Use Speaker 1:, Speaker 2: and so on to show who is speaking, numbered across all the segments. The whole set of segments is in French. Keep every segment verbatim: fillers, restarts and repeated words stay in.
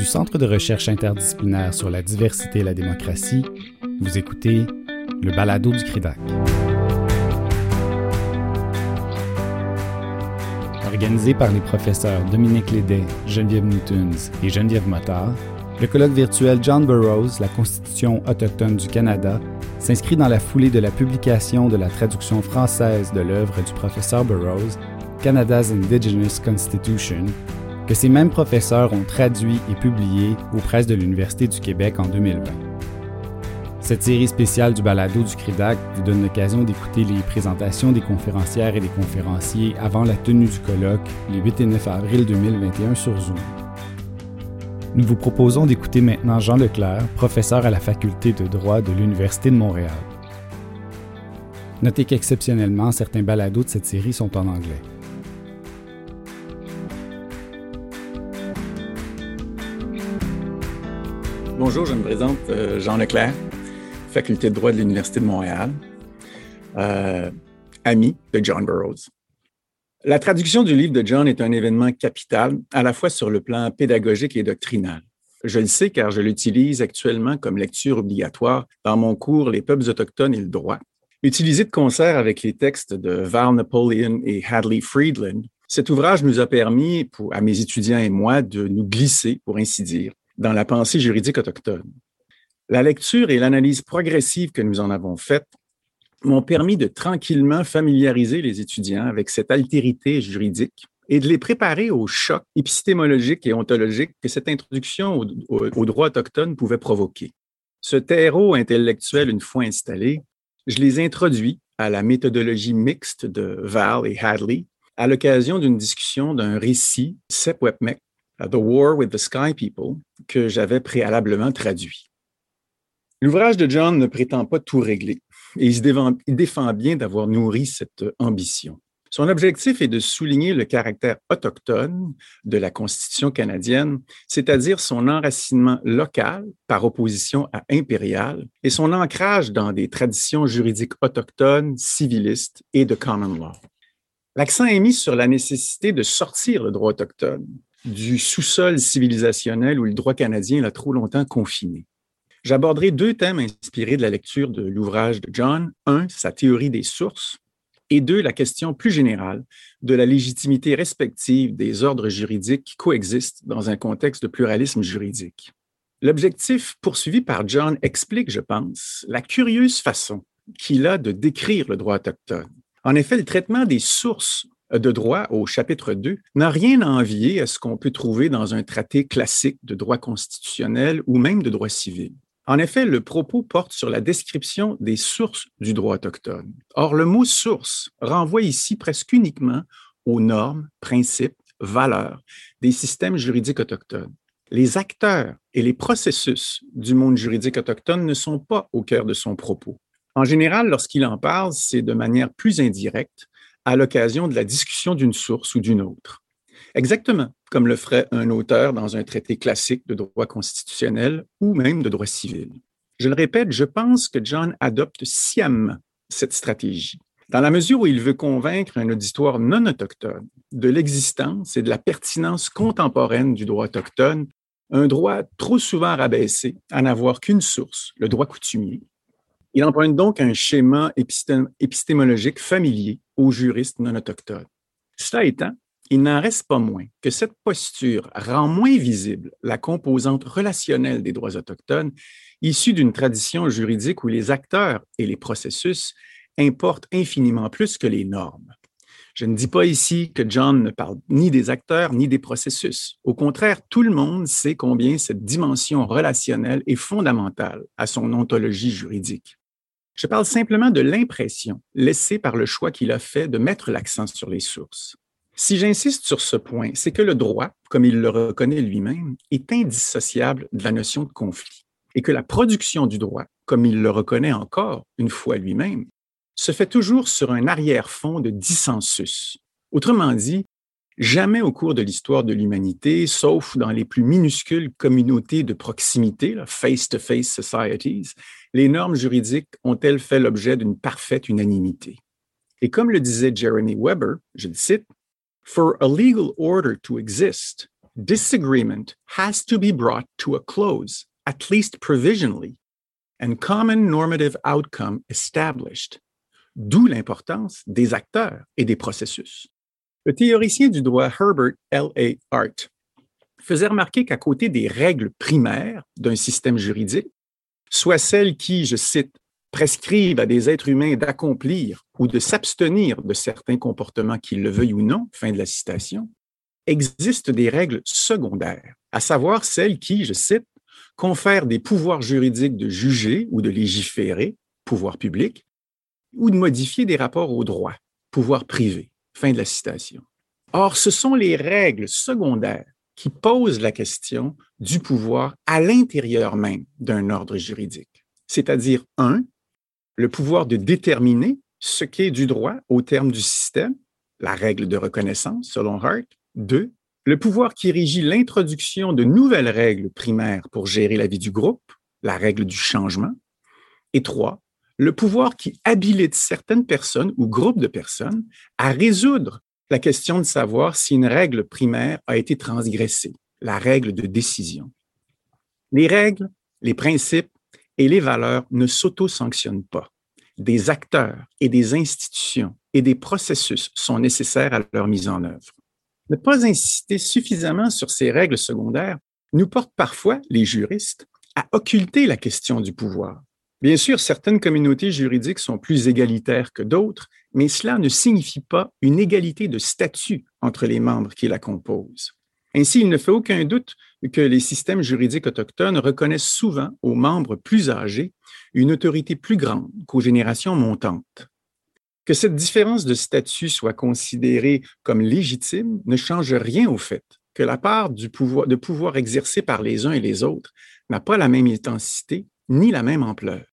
Speaker 1: du Centre de recherche interdisciplinaire sur la diversité et la démocratie, vous écoutez le balado du C R I D A C. Organisé par les professeurs Dominique Lédet, Geneviève Newtons et Geneviève Motard, le colloque virtuel John Burroughs, la Constitution autochtone du Canada, s'inscrit dans la foulée de la publication de la traduction française de l'œuvre du professeur Burroughs, Canada's Indigenous Constitution, que ces mêmes professeurs ont traduit et publié aux presses de l'Université du Québec en deux mille vingt. Cette série spéciale du balado du C R I D A C vous donne l'occasion d'écouter les présentations des conférencières et des conférenciers avant la tenue du colloque les huit et neuf avril deux mille vingt et un sur Zoom. Nous vous proposons d'écouter maintenant Jean Leclerc, professeur à la Faculté de droit de l'Université de Montréal. Notez qu'exceptionnellement, certains balados de cette série sont en anglais.
Speaker 2: Bonjour, je me présente euh, Jean Leclerc, Faculté de droit de l'Université de Montréal, euh, ami de John Burroughs. La traduction du livre de John est un événement capital, à la fois sur le plan pédagogique et doctrinal. Je le sais car je l'utilise actuellement comme lecture obligatoire dans mon cours Les peuples autochtones et le droit. Utilisé de concert avec les textes de Val Napoleon et Hadley Friedland, cet ouvrage nous a permis, pour, à mes étudiants et moi, de nous glisser, pour ainsi dire, dans la pensée juridique autochtone. La lecture et l'analyse progressive que nous en avons faites m'ont permis de tranquillement familiariser les étudiants avec cette altérité juridique et de les préparer au choc épistémologique et ontologique que cette introduction au, au, au droit autochtone pouvait provoquer. Ce terreau intellectuel, une fois installé, je les introduis à la méthodologie mixte de Val et Hadley à l'occasion d'une discussion d'un récit, Secwepemc, The War with the Sky People, que j'avais préalablement traduit. L'ouvrage de John ne prétend pas tout régler et il, se défend, il défend bien d'avoir nourri cette ambition. Son objectif est de souligner le caractère autochtone de la Constitution canadienne, c'est-à-dire son enracinement local par opposition à impérial et son ancrage dans des traditions juridiques autochtones, civilistes et de common law. L'accent est mis sur la nécessité de sortir le droit autochtone du sous-sol civilisationnel où le droit canadien l'a trop longtemps confiné. J'aborderai deux thèmes inspirés de la lecture de l'ouvrage de John. Un, sa théorie des sources, et deux, la question plus générale de la légitimité respective des ordres juridiques qui coexistent dans un contexte de pluralisme juridique. L'objectif poursuivi par John explique, je pense, la curieuse façon qu'il a de décrire le droit autochtone. En effet, le traitement des sources de droit au chapitre deux n'a rien à envier à ce qu'on peut trouver dans un traité classique de droit constitutionnel ou même de droit civil. En effet, le propos porte sur la description des sources du droit autochtone. Or, le mot « source » renvoie ici presque uniquement aux normes, principes, valeurs des systèmes juridiques autochtones. Les acteurs et les processus du monde juridique autochtone ne sont pas au cœur de son propos. En général, lorsqu'il en parle, c'est de manière plus indirecte, à l'occasion de la discussion d'une source ou d'une autre. Exactement comme le ferait un auteur dans un traité classique de droit constitutionnel ou même de droit civil. Je le répète, je pense que John adopte sciemment cette stratégie, dans la mesure où il veut convaincre un auditoire non autochtone de l'existence et de la pertinence contemporaine du droit autochtone, un droit trop souvent rabaissé à n'avoir qu'une source, le droit coutumier. Il emprunte donc un schéma épistémologique familier aux juristes non autochtones. Cela étant, il n'en reste pas moins que cette posture rend moins visible la composante relationnelle des droits autochtones issue d'une tradition juridique où les acteurs et les processus importent infiniment plus que les normes. Je ne dis pas ici que John ne parle ni des acteurs ni des processus. Au contraire, tout le monde sait combien cette dimension relationnelle est fondamentale à son ontologie juridique. Je parle simplement de l'impression laissée par le choix qu'il a fait de mettre l'accent sur les sources. Si j'insiste sur ce point, c'est que le droit, comme il le reconnaît lui-même, est indissociable de la notion de conflit et que la production du droit, comme il le reconnaît encore une fois lui-même, se fait toujours sur un arrière-fond de dissensus. Autrement dit, jamais au cours de l'histoire de l'humanité, sauf dans les plus minuscules communautés de proximité, là, face-to-face societies, les normes juridiques ont-elles fait l'objet d'une parfaite unanimité. Et comme le disait Jeremy Weber, je le cite, « For a legal order to exist, disagreement has to be brought to a close, at least provisionally, and common normative outcome established. D'où l'importance des acteurs et des processus. Le théoricien du droit Herbert L A Hart faisait remarquer qu'à côté des règles primaires d'un système juridique, soit celles qui, je cite, prescrivent à des êtres humains d'accomplir ou de s'abstenir de certains comportements qu'ils le veuillent ou non, fin de la citation, existent des règles secondaires, à savoir celles qui, je cite, confèrent des pouvoirs juridiques de juger ou de légiférer, pouvoir public, ou de modifier des rapports au droit, pouvoir privé, fin de la citation. Or, ce sont les règles secondaires qui posent la question du pouvoir à l'intérieur même d'un ordre juridique, c'est-à-dire, un, le pouvoir de déterminer ce qu'est du droit au terme du système, la règle de reconnaissance selon Hart. Deux, le pouvoir qui régit l'introduction de nouvelles règles primaires pour gérer la vie du groupe, la règle du changement. Et trois, le pouvoir qui habilite certaines personnes ou groupes de personnes à résoudre la question de savoir si une règle primaire a été transgressée, la règle de décision. Les règles, les principes et les valeurs ne s'auto-sanctionnent pas. Des acteurs et des institutions et des processus sont nécessaires à leur mise en œuvre. Ne pas insister suffisamment sur ces règles secondaires nous porte parfois, les juristes, à occulter la question du pouvoir. Bien sûr, certaines communautés juridiques sont plus égalitaires que d'autres, mais cela ne signifie pas une égalité de statut entre les membres qui la composent. Ainsi, il ne fait aucun doute que les systèmes juridiques autochtones reconnaissent souvent aux membres plus âgés une autorité plus grande qu'aux générations montantes. Que cette différence de statut soit considérée comme légitime ne change rien au fait que la part du pouvoir, de pouvoir exercé par les uns et les autres n'a pas la même intensité ni la même ampleur.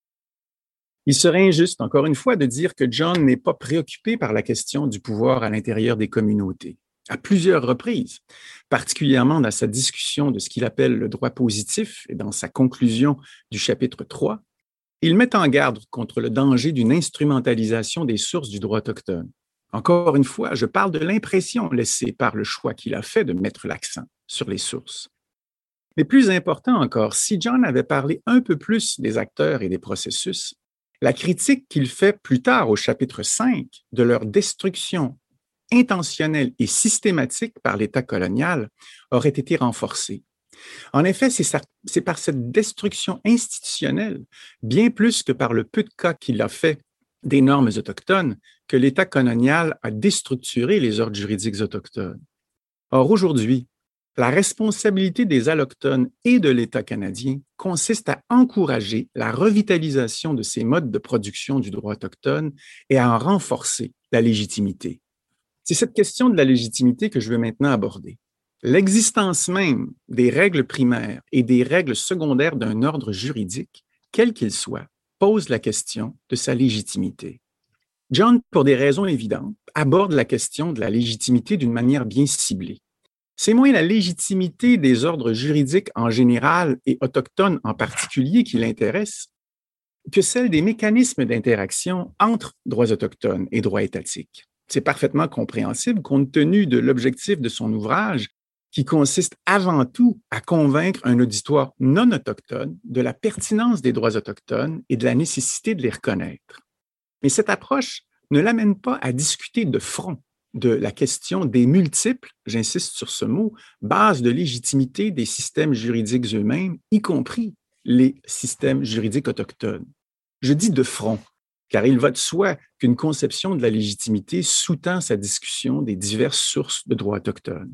Speaker 2: Il serait injuste, encore une fois, de dire que John n'est pas préoccupé par la question du pouvoir à l'intérieur des communautés. À plusieurs reprises, particulièrement dans sa discussion de ce qu'il appelle le droit positif et dans sa conclusion du chapitre trois, il met en garde contre le danger d'une instrumentalisation des sources du droit autochtone. Encore une fois, je parle de l'impression laissée par le choix qu'il a fait de mettre l'accent sur les sources. Mais plus important encore, si John avait parlé un peu plus des acteurs et des processus, la critique qu'il fait plus tard au chapitre cinq de leur destruction intentionnelle et systématique par l'État colonial aurait été renforcée. En effet, c'est, ça, c'est par cette destruction institutionnelle, bien plus que par le peu de cas qu'il a fait des normes autochtones, que l'État colonial a déstructuré les ordres juridiques autochtones. Or, aujourd'hui, la responsabilité des allochtones et de l'État canadien consiste à encourager la revitalisation de ces modes de production du droit autochtone et à en renforcer la légitimité. C'est cette question de la légitimité que je veux maintenant aborder. L'existence même des règles primaires et des règles secondaires d'un ordre juridique, quel qu'il soit, pose la question de sa légitimité. John, pour des raisons évidentes, aborde la question de la légitimité d'une manière bien ciblée. C'est moins la légitimité des ordres juridiques en général et autochtones en particulier qui l'intéresse que celle des mécanismes d'interaction entre droits autochtones et droits étatiques. C'est parfaitement compréhensible compte tenu de l'objectif de son ouvrage qui consiste avant tout à convaincre un auditoire non autochtone de la pertinence des droits autochtones et de la nécessité de les reconnaître. Mais cette approche ne l'amène pas à discuter de front de la question des multiples, j'insiste sur ce mot, bases de légitimité des systèmes juridiques eux-mêmes, y compris les systèmes juridiques autochtones. Je dis de front, car il va de soi qu'une conception de la légitimité sous-tend sa discussion des diverses sources de droit autochtone.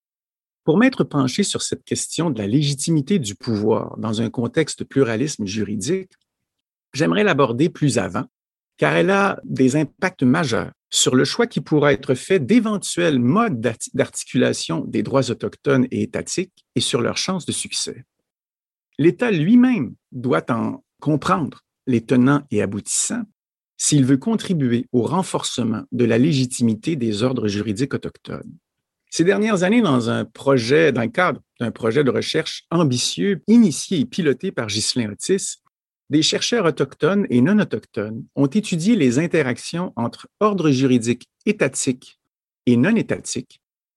Speaker 2: Pour m'être penché sur cette question de la légitimité du pouvoir dans un contexte de pluralisme juridique, j'aimerais l'aborder plus avant, car elle a des impacts majeurs sur le choix qui pourra être fait d'éventuels modes d'articulation des droits autochtones et étatiques et sur leurs chances de succès. L'État lui-même doit en comprendre les tenants et aboutissants s'il veut contribuer au renforcement de la légitimité des ordres juridiques autochtones. Ces dernières années, dans un projet, dans le cadre d'un projet de recherche ambitieux, initié et piloté par Ghislain Otis, des chercheurs autochtones et non autochtones ont étudié les interactions entre ordres juridiques étatiques et non étatiques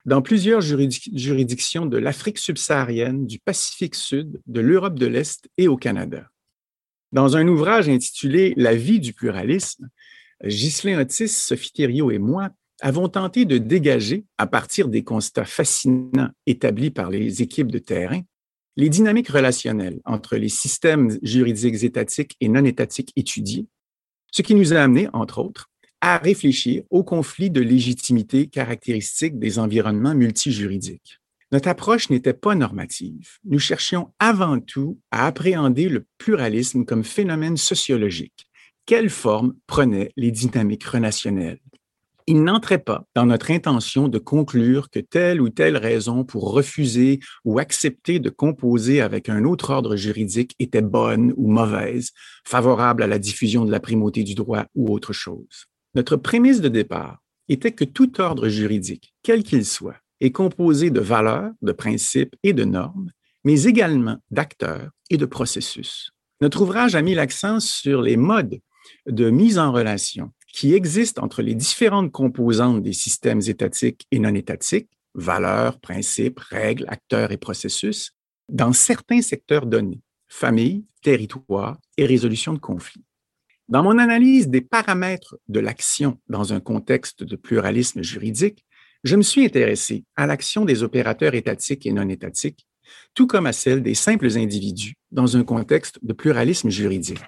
Speaker 2: dans plusieurs juridic- juridictions de l'Afrique subsaharienne, du Pacifique Sud, de l'Europe de l'Est et au Canada. Dans un ouvrage intitulé « La vie du pluralisme », Ghislain Otis, Sophie Thériault et moi avons tenté de dégager, à partir des constats fascinants établis par les équipes de terrain, les dynamiques relationnelles entre les systèmes juridiques étatiques et non étatiques étudiés, ce qui nous a amené, entre autres, à réfléchir aux conflits de légitimité caractéristiques des environnements multijuridiques. Notre approche n'était pas normative. Nous cherchions avant tout à appréhender le pluralisme comme phénomène sociologique. Quelle forme prenaient les dynamiques relationnelles? Il n'entrait pas dans notre intention de conclure que telle ou telle raison pour refuser ou accepter de composer avec un autre ordre juridique était bonne ou mauvaise, favorable à la diffusion de la primauté du droit ou autre chose. Notre prémisse de départ était que tout ordre juridique, quel qu'il soit, est composé de valeurs, de principes et de normes, mais également d'acteurs et de processus. Notre ouvrage a mis l'accent sur les modes de mise en relation qui existent entre les différentes composantes des systèmes étatiques et non étatiques, valeurs, principes, règles, acteurs et processus, dans certains secteurs donnés, famille, territoire et résolution de conflits. Dans mon analyse des paramètres de l'action dans un contexte de pluralisme juridique, je me suis intéressé à l'action des opérateurs étatiques et non étatiques, tout comme à celle des simples individus dans un contexte de pluralisme juridique.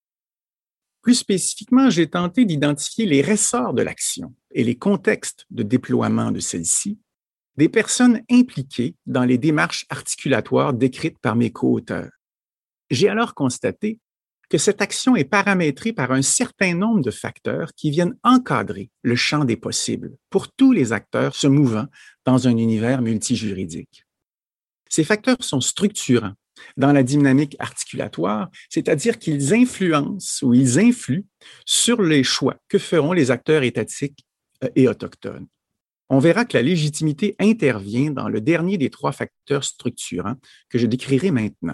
Speaker 2: Plus spécifiquement, j'ai tenté d'identifier les ressorts de l'action et les contextes de déploiement de celle-ci, des personnes impliquées dans les démarches articulatoires décrites par mes co-auteurs. J'ai alors constaté que cette action est paramétrée par un certain nombre de facteurs qui viennent encadrer le champ des possibles pour tous les acteurs se mouvant dans un univers multijuridique. Ces facteurs sont structurants dans la dynamique articulatoire, c'est-à-dire qu'ils influencent ou ils influent sur les choix que feront les acteurs étatiques et autochtones. On verra que la légitimité intervient dans le dernier des trois facteurs structurants que je décrirai maintenant.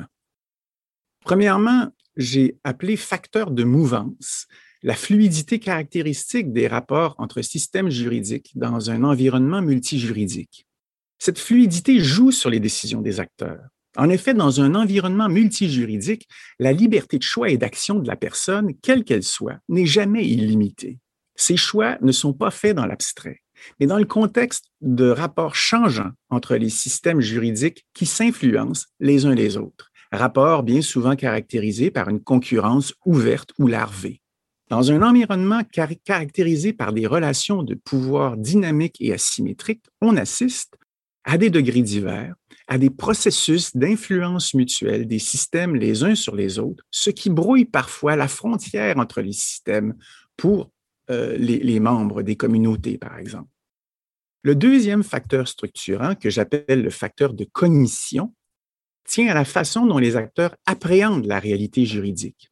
Speaker 2: Premièrement, j'ai appelé facteur de mouvance la fluidité caractéristique des rapports entre systèmes juridiques dans un environnement multijuridique. Cette fluidité joue sur les décisions des acteurs. En effet, dans un environnement multijuridique, la liberté de choix et d'action de la personne, quelle qu'elle soit, n'est jamais illimitée. Ces choix ne sont pas faits dans l'abstrait, mais dans le contexte de rapports changeants entre les systèmes juridiques qui s'influencent les uns les autres, rapports bien souvent caractérisés par une concurrence ouverte ou larvée. Dans un environnement car- caractérisé par des relations de pouvoir dynamiques et asymétriques, on assiste à des degrés divers, à des processus d'influence mutuelle des systèmes les uns sur les autres, ce qui brouille parfois la frontière entre les systèmes pour euh, les, les membres des communautés, par exemple. Le deuxième facteur structurant, que j'appelle le facteur de cognition, tient à la façon dont les acteurs appréhendent la réalité juridique.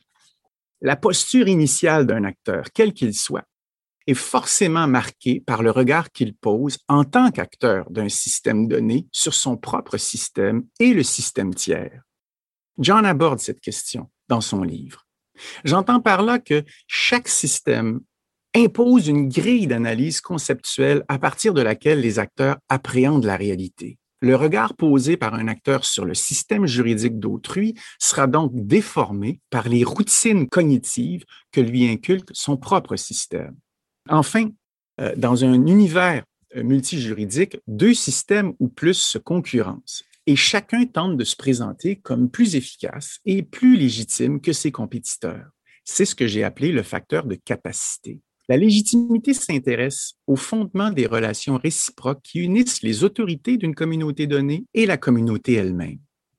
Speaker 2: La posture initiale d'un acteur, quel qu'il soit, est forcément marquée par le regard qu'il pose en tant qu'acteur d'un système donné sur son propre système et le système tiers. John aborde cette question dans son livre. J'entends par là que chaque système impose une grille d'analyse conceptuelle à partir de laquelle les acteurs appréhendent la réalité. Le regard posé par un acteur sur le système juridique d'autrui sera donc déformé par les routines cognitives que lui inculque son propre système. Enfin, euh, dans un univers euh, multijuridique, deux systèmes ou plus se concurrencent et chacun tente de se présenter comme plus efficace et plus légitime que ses compétiteurs. C'est ce que j'ai appelé le facteur de capacité. La légitimité s'intéresse au fondement des relations réciproques qui unissent les autorités d'une communauté donnée et la communauté elle-même.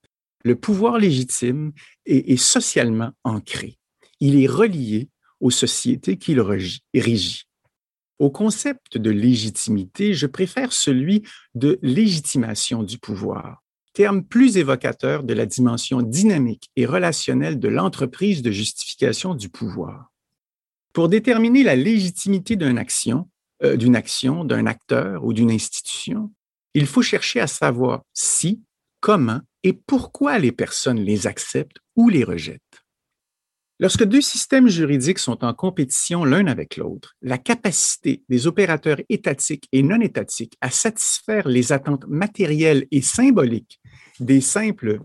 Speaker 2: Le pouvoir légitime est, est socialement ancré. Il est relié aux sociétés qu'il régit. Au concept de légitimité, je préfère celui de légitimation du pouvoir, terme plus évocateur de la dimension dynamique et relationnelle de l'entreprise de justification du pouvoir. Pour déterminer la légitimité d'une action, euh, d'une action, d'un acteur ou d'une institution, il faut chercher à savoir si, comment et pourquoi les personnes les acceptent ou les rejettent. Lorsque deux systèmes juridiques sont en compétition l'un avec l'autre, la capacité des opérateurs étatiques et non étatiques à satisfaire les attentes matérielles et symboliques des simples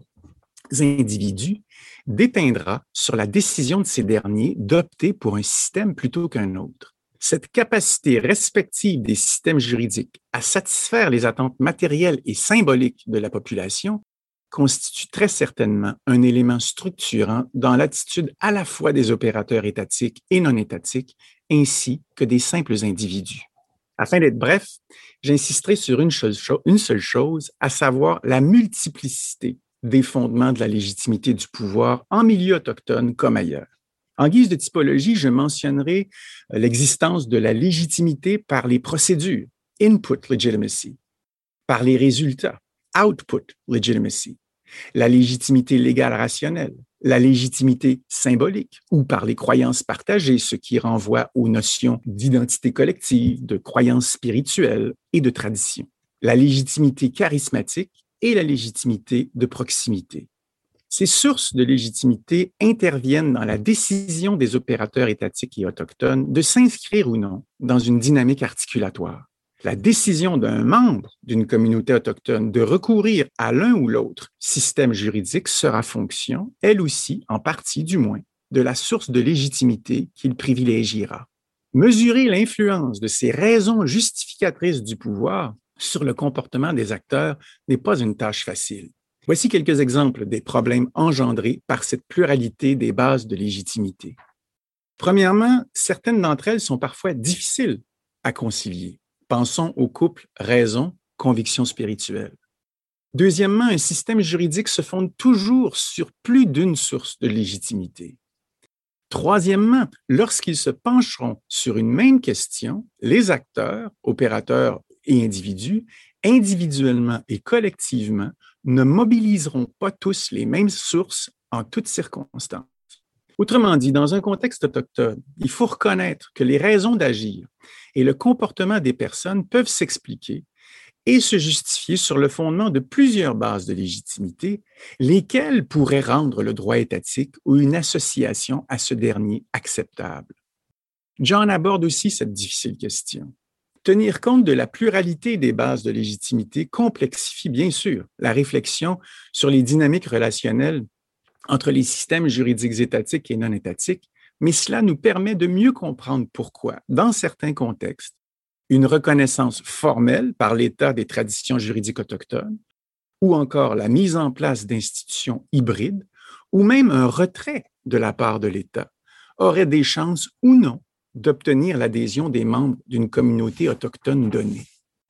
Speaker 2: individus dépeindra sur la décision de ces derniers d'opter pour un système plutôt qu'un autre. Cette capacité respective des systèmes juridiques à satisfaire les attentes matérielles et symboliques de la population constitue très certainement un élément structurant dans l'attitude à la fois des opérateurs étatiques et non étatiques, ainsi que des simples individus. Afin d'être bref, j'insisterai sur une seule, chose, une seule chose, à savoir la multiplicité des fondements de la légitimité du pouvoir en milieu autochtone comme ailleurs. En guise de typologie, je mentionnerai l'existence de la légitimité par les procédures, input legitimacy, par les résultats, output legitimacy, la légitimité légale rationnelle, la légitimité symbolique ou par les croyances partagées, ce qui renvoie aux notions d'identité collective, de croyances spirituelles et de tradition, la légitimité charismatique et la légitimité de proximité. Ces sources de légitimité interviennent dans la décision des opérateurs étatiques et autochtones de s'inscrire ou non dans une dynamique articulatoire. La décision d'un membre d'une communauté autochtone de recourir à l'un ou l'autre système juridique sera fonction, elle aussi, en partie du moins, de la source de légitimité qu'il privilégiera. Mesurer l'influence de ces raisons justificatrices du pouvoir sur le comportement des acteurs n'est pas une tâche facile. Voici quelques exemples des problèmes engendrés par cette pluralité des bases de légitimité. Premièrement, certaines d'entre elles sont parfois difficiles à concilier. Pensons au couple raison-conviction spirituelle. Deuxièmement, un système juridique se fonde toujours sur plus d'une source de légitimité. Troisièmement, lorsqu'ils se pencheront sur une même question, les acteurs, opérateurs et individus, individuellement et collectivement, ne mobiliseront pas tous les mêmes sources en toutes circonstances. Autrement dit, dans un contexte autochtone, il faut reconnaître que les raisons d'agir et le comportement des personnes peuvent s'expliquer et se justifier sur le fondement de plusieurs bases de légitimité, lesquelles pourraient rendre le droit étatique ou une association à ce dernier acceptable. John aborde aussi cette difficile question. Tenir compte de la pluralité des bases de légitimité complexifie bien sûr la réflexion sur les dynamiques relationnelles entre les systèmes juridiques étatiques et non étatiques, mais cela nous permet de mieux comprendre pourquoi, dans certains contextes, une reconnaissance formelle par l'État des traditions juridiques autochtones, ou encore la mise en place d'institutions hybrides, ou même un retrait de la part de l'État, aurait des chances ou non d'obtenir l'adhésion des membres d'une communauté autochtone donnée.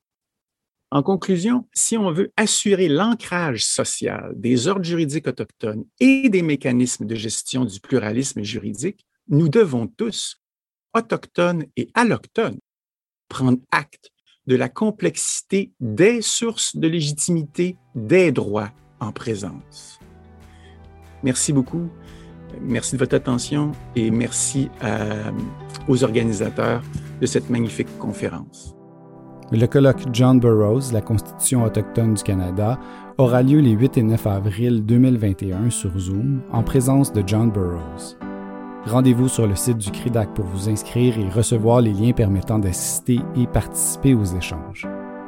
Speaker 2: En conclusion, si on veut assurer l'ancrage social des ordres juridiques autochtones et des mécanismes de gestion du pluralisme juridique, nous devons tous, autochtones et allochtones, prendre acte de la complexité des sources de légitimité des droits en présence. Merci beaucoup. Merci de votre attention et merci à, aux organisateurs de cette magnifique conférence.
Speaker 1: Le colloque John Burroughs, la Constitution autochtone du Canada, aura lieu les huit et neuf avril deux mille vingt et un sur Zoom en présence de John Burroughs. Rendez-vous sur le site du C R I D A C pour vous inscrire et recevoir les liens permettant d'assister et participer aux échanges.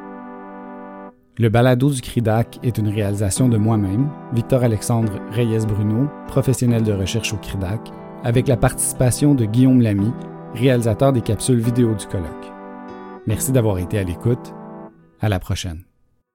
Speaker 1: Le balado du C R I D A C est une réalisation de moi-même, Victor-Alexandre Reyes-Bruno, professionnel de recherche au C R I D A C, avec la participation de Guillaume Lamy, réalisateur des capsules vidéo du colloque. Merci d'avoir été à l'écoute. À la prochaine.